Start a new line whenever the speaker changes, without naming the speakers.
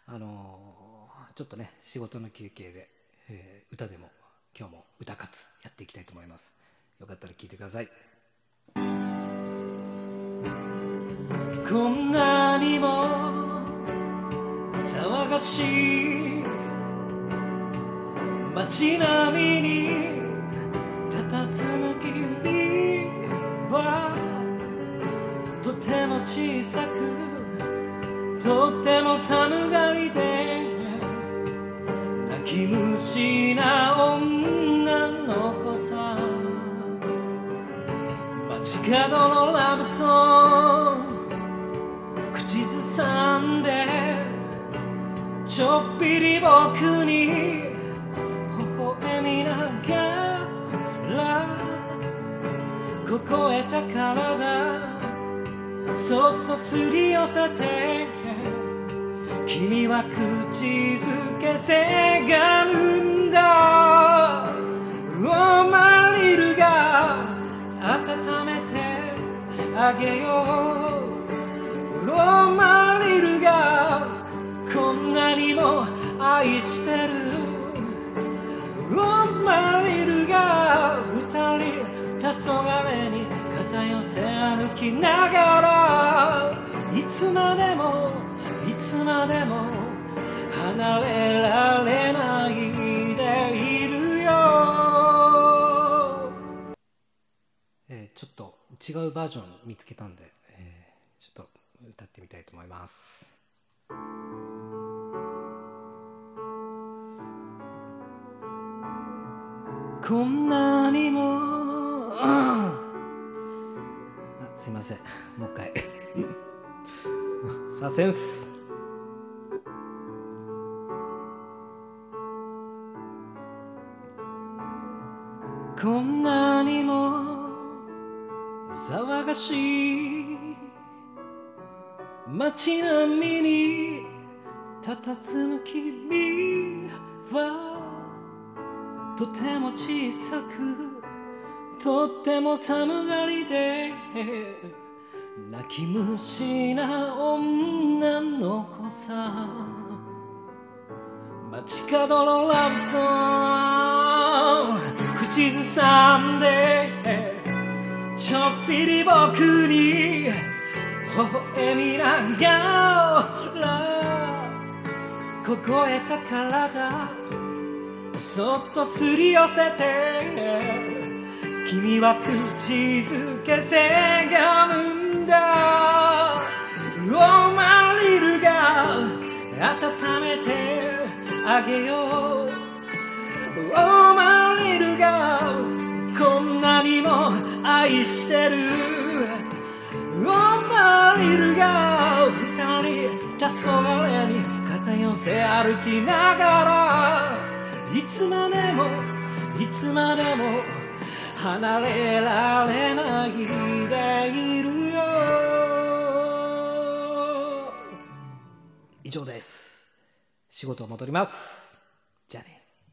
ちょっとね仕事の休憩で、歌でも今日も歌活やっていきたいと思います。よかったら聴いてください。こんなにも騒がしい街並みに佇む君はとても小さくとても寒がりで泣き虫な女の子さ。街角のラブソング口ずさんでちょっぴり僕に微笑みながら凍えた体そっとすり寄せて君は口づけせがむんだ。オーマリルが温めてあげよう。オーマリルがこんなにも愛してる。オーマリルが二人黄昏に肩寄せ歩きながらいつまでもいつまでも離れられないでいるよ。ちょっと違うバージョン見つけたんで、ちょっと歌ってみたいと思います。こんなにもすいません、もう一回さあセンス。こんなにも騒がしい街並みに佇む君はとても小さくとっても寒がりで泣き虫な女の子さ。街角のラブソング口ずさんでちょっぴり僕に微笑みながら凍えた体そっとすり寄せて君は口づけせがむんだ。オーマリルが温めてあげよう。オーマリルがこんなにも愛してる。オーマリルが二人黄昏に肩寄せ歩きながらいつまでもいつまでも離れられないでいるよ。以上です。仕事戻ります。じゃあね。